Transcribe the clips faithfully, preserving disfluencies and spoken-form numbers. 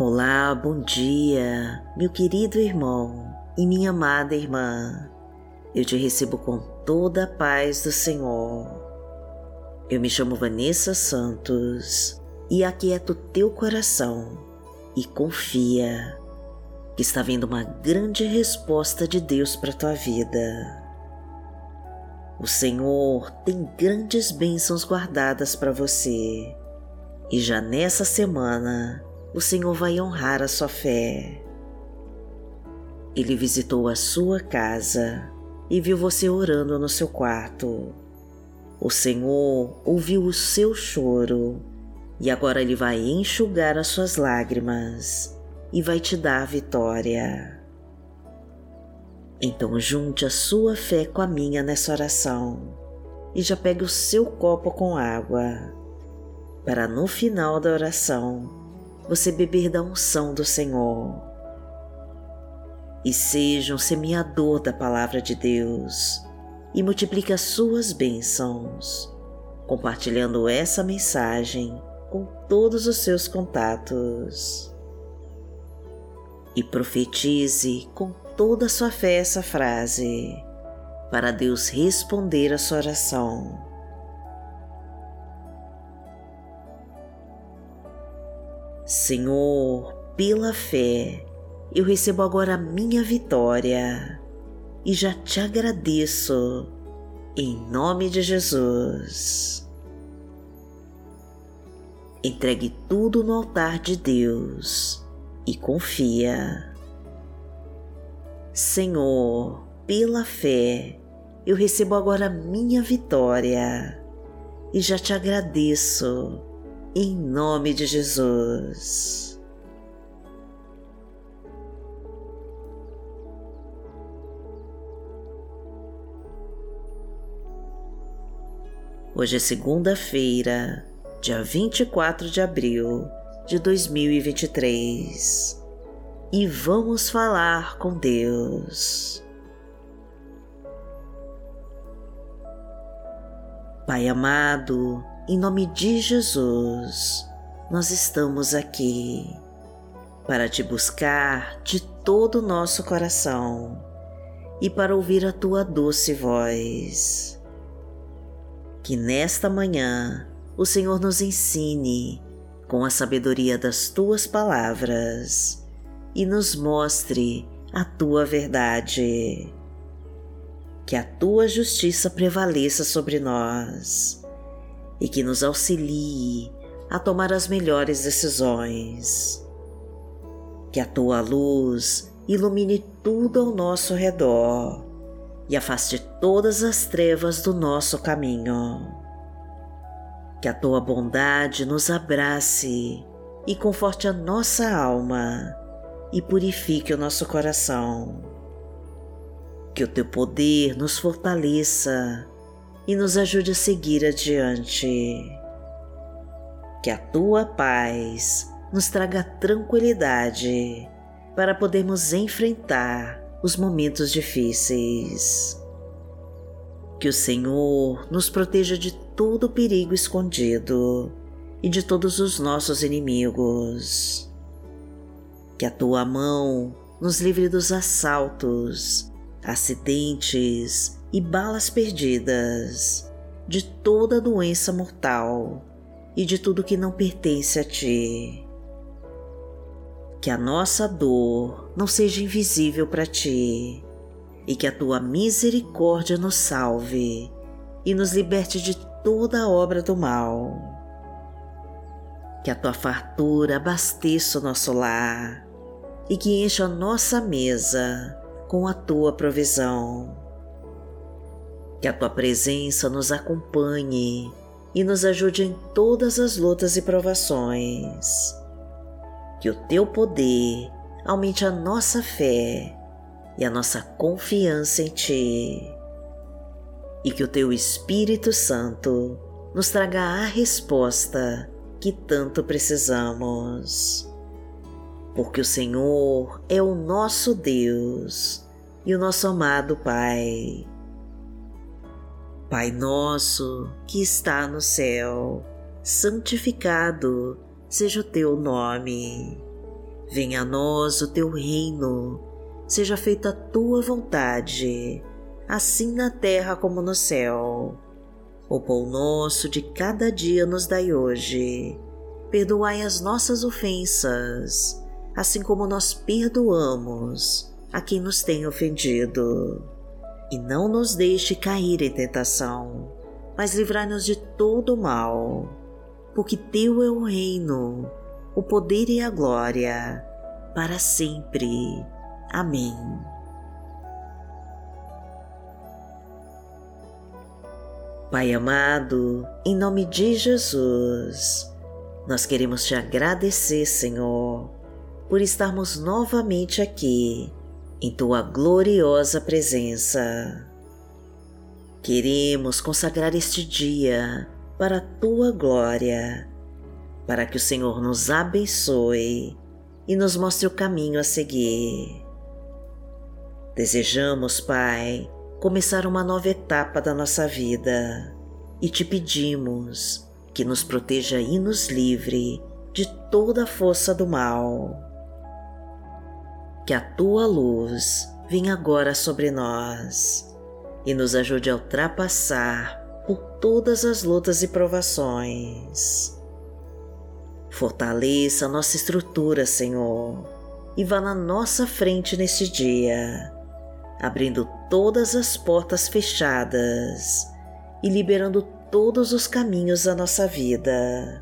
Olá, bom dia, meu querido irmão e minha amada irmã. Eu te recebo com toda a paz do Senhor. Eu me chamo Vanessa Santos e aquieto teu coração e confia que está vindo uma grande resposta de Deus para tua vida. O Senhor tem grandes bênçãos guardadas para você e já nessa semana o Senhor vai honrar a sua fé. Ele visitou a sua casa e viu você orando no seu quarto. O Senhor ouviu o seu choro e agora Ele vai enxugar as suas lágrimas e vai te dar a vitória. Então junte a sua fé com a minha nessa oração e já pegue o seu copo com água, para no final da oração você beber da unção do Senhor. E seja um semeador da palavra de Deus e multiplique as suas bênçãos, compartilhando essa mensagem com todos os seus contatos. E profetize com toda a sua fé essa frase, para Deus responder a sua oração. Senhor, pela fé, eu recebo agora a minha vitória e já te agradeço, em nome de Jesus. Entregue tudo no altar de Deus e confia. Senhor, pela fé, eu recebo agora a minha vitória e já te agradeço, em nome de Jesus. Hoje é segunda-feira, dia vinte e quatro de abril de dois mil e vinte e três, e vamos falar com Deus. Pai amado, em nome de Jesus, nós estamos aqui para te buscar de todo o nosso coração e para ouvir a tua doce voz. Que nesta manhã o Senhor nos ensine com a sabedoria das tuas palavras e nos mostre a tua verdade. Que a tua justiça prevaleça sobre nós e que nos auxilie a tomar as melhores decisões. Que a tua luz ilumine tudo ao nosso redor e afaste todas as trevas do nosso caminho. Que a tua bondade nos abrace e conforte a nossa alma e purifique o nosso coração. Que o teu poder nos fortaleça e nos ajude a seguir adiante. Que a tua paz nos traga tranquilidade para podermos enfrentar os momentos difíceis. Que o Senhor nos proteja de todo perigo escondido e de todos os nossos inimigos. Que a tua mão nos livre dos assaltos, acidentes e balas perdidas, de toda doença mortal e de tudo que não pertence a ti. Que a nossa dor não seja invisível para ti e que a tua misericórdia nos salve e nos liberte de toda a obra do mal. Que a tua fartura abasteça o nosso lar e que encha a nossa mesa com a tua provisão. Que a tua presença nos acompanhe e nos ajude em todas as lutas e provações. Que o teu poder aumente a nossa fé e a nossa confiança em ti. E que o teu Espírito Santo nos traga a resposta que tanto precisamos. Porque o Senhor é o nosso Deus e o nosso amado Pai. Pai nosso que está no céu, santificado seja o teu nome. Venha a nós o teu reino, seja feita a tua vontade, assim na terra como no céu. O pão nosso de cada dia nos dai hoje. Perdoai as nossas ofensas, assim como nós perdoamos a quem nos tem ofendido. E não nos deixe cair em tentação, mas livrai-nos de todo o mal, porque teu é o reino, o poder e a glória, para sempre. Amém. Pai amado, em nome de Jesus, nós queremos te agradecer, Senhor, por estarmos novamente aqui, em tua gloriosa presença. Queremos consagrar este dia para a tua glória, para que o Senhor nos abençoe e nos mostre o caminho a seguir. Desejamos, Pai, começar uma nova etapa da nossa vida e te pedimos que nos proteja e nos livre de toda a força do mal. Que a tua luz venha agora sobre nós e nos ajude a ultrapassar por todas as lutas e provações. Fortaleça a nossa estrutura, Senhor, e vá na nossa frente neste dia, abrindo todas as portas fechadas e liberando todos os caminhos da nossa vida.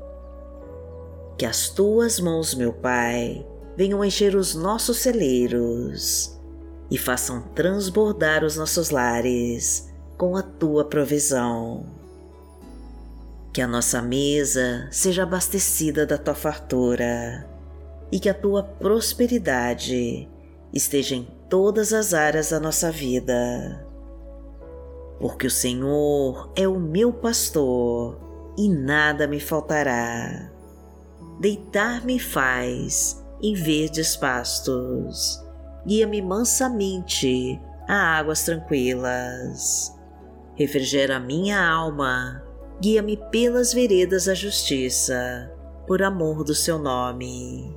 Que as tuas mãos, meu Pai, venham encher os nossos celeiros e façam transbordar os nossos lares com a tua provisão. Que a nossa mesa seja abastecida da tua fartura e que a tua prosperidade esteja em todas as áreas da nossa vida. Porque o Senhor é o meu pastor e nada me faltará. Deitar-me faz em verdes pastos, guia-me mansamente a águas tranquilas. Refrigera a minha alma, guia-me pelas veredas da justiça, por amor do seu nome.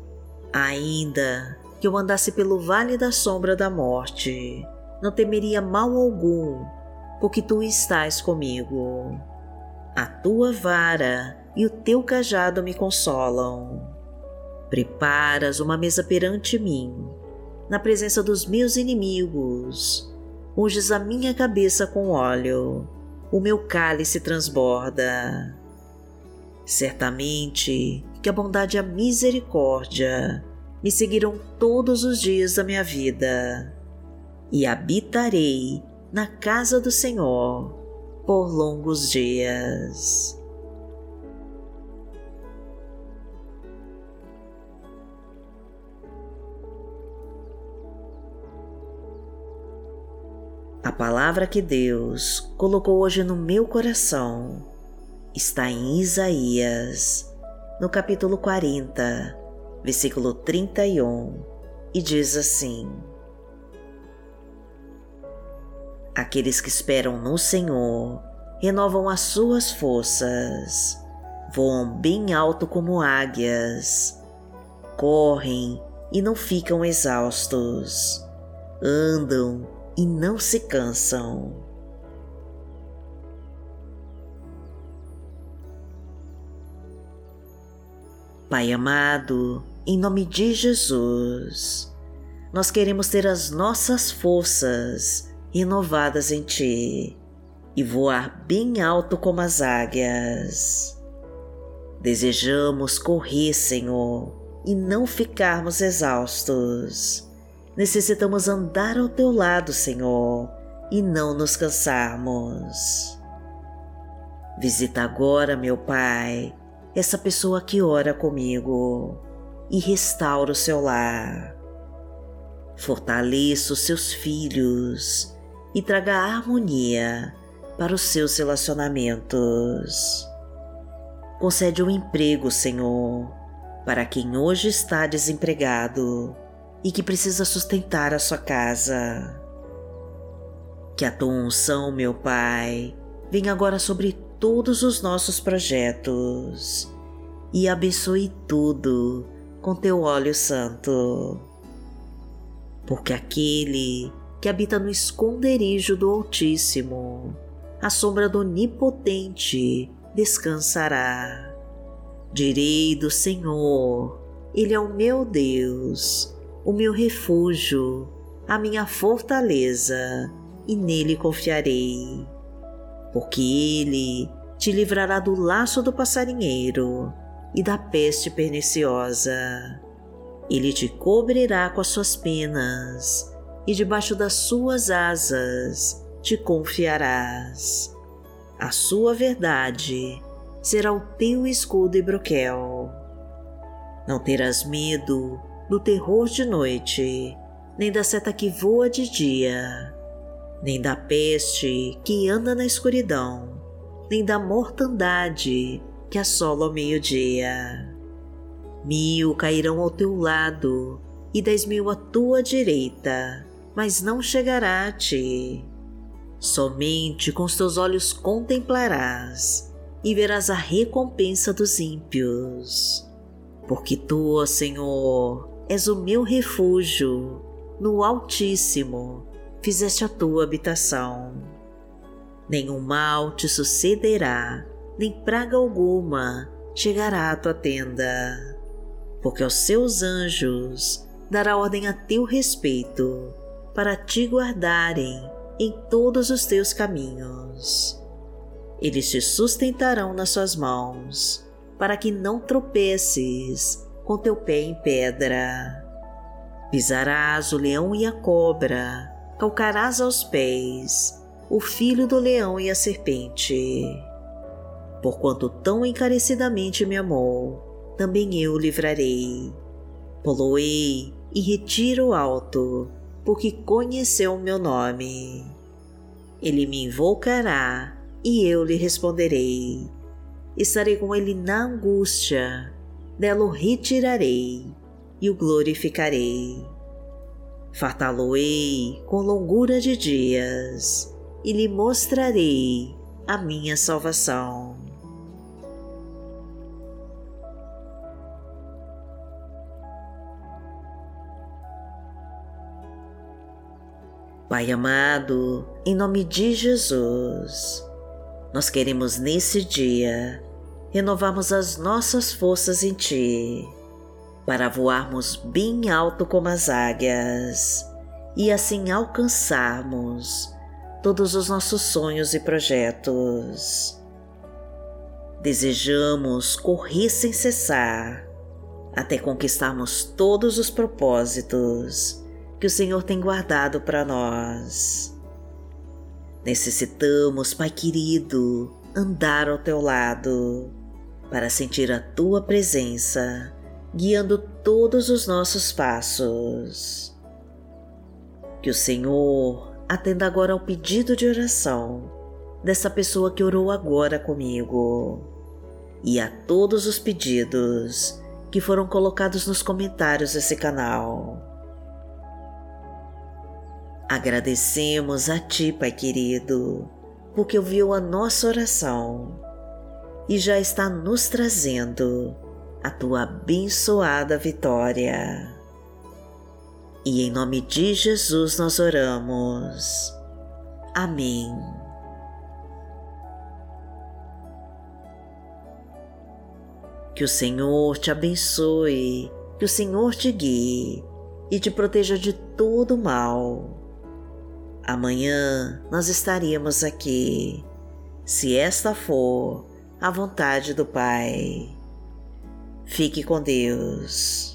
Ainda que eu andasse pelo vale da sombra da morte, não temeria mal algum, porque tu estás comigo. A tua vara e o teu cajado me consolam. Preparas uma mesa perante mim, na presença dos meus inimigos. Unges a minha cabeça com óleo, o meu cálice transborda. Certamente que a bondade e a misericórdia me seguirão todos os dias da minha vida, e habitarei na casa do Senhor por longos dias. A palavra que Deus colocou hoje no meu coração está em Isaías, no capítulo quarenta, versículo trinta e um, e diz assim: Aqueles que esperam no Senhor renovam as suas forças, voam bem alto como águias, correm e não ficam exaustos, andam e não se cansam. Pai amado, em nome de Jesus, nós queremos ter as nossas forças renovadas em Ti e voar bem alto como as águias. Desejamos correr, Senhor, e não ficarmos exaustos. Necessitamos andar ao Teu lado, Senhor, e não nos cansarmos. Visita agora, meu Pai, essa pessoa que ora comigo e restaura o seu lar. Fortaleça os seus filhos e traga harmonia para os seus relacionamentos. Concede um emprego, Senhor, para quem hoje está desempregado e que precisa sustentar a sua casa. Que a tua unção, meu Pai, venha agora sobre todos os nossos projetos e abençoe tudo com teu óleo santo. Porque aquele que habita no esconderijo do Altíssimo, à sombra do Onipotente, descansará. Direi do Senhor, Ele é o meu Deus, o meu refúgio, a minha fortaleza, e nele confiarei. Porque Ele te livrará do laço do passarinheiro e da peste perniciosa. Ele te cobrirá com as suas penas, e debaixo das suas asas te confiarás. A sua verdade será o teu escudo e broquel. Não terás medo do terror de noite, nem da seta que voa de dia, nem da peste que anda na escuridão, nem da mortandade que assola ao meio-dia. Mil cairão ao teu lado e dez mil à tua direita, mas não chegará a ti. Somente com os teus olhos contemplarás e verás a recompensa dos ímpios. Porque tu, ó Senhor, és o meu refúgio, no Altíssimo fizeste a tua habitação. Nenhum mal te sucederá, nem praga alguma chegará à tua tenda. Porque aos seus anjos dará ordem a teu respeito, para te guardarem em todos os teus caminhos. Eles te sustentarão nas suas mãos, para que não tropeces com teu pé em pedra. Pisarás o leão e a cobra, calcarás aos pés o filho do leão e a serpente. Porquanto tão encarecidamente me amou, também eu o livrarei. Poloei e retiro alto, porque conheceu o meu nome. Ele me invocará e eu lhe responderei. Estarei com ele na angústia, dela o retirarei e o glorificarei. Fartá-lo-ei com longura de dias e lhe mostrarei a minha salvação. Pai amado, em nome de Jesus, nós queremos nesse dia renovarmos as nossas forças em Ti, para voarmos bem alto como as águias e assim alcançarmos todos os nossos sonhos e projetos. Desejamos correr sem cessar até conquistarmos todos os propósitos que o Senhor tem guardado para nós. Necessitamos, Pai querido, andar ao Teu lado para sentir a Tua presença, guiando todos os nossos passos. Que o Senhor atenda agora ao pedido de oração dessa pessoa que orou agora comigo e a todos os pedidos que foram colocados nos comentários desse canal. Agradecemos a Ti, Pai querido, porque ouviu a nossa oração e já está nos trazendo a Tua abençoada vitória. E em nome de Jesus nós oramos. Amém. Que o Senhor te abençoe, que o Senhor te guie e te proteja de todo mal. Amanhã nós estaríamos aqui, se esta for a vontade do Pai. Fique com Deus.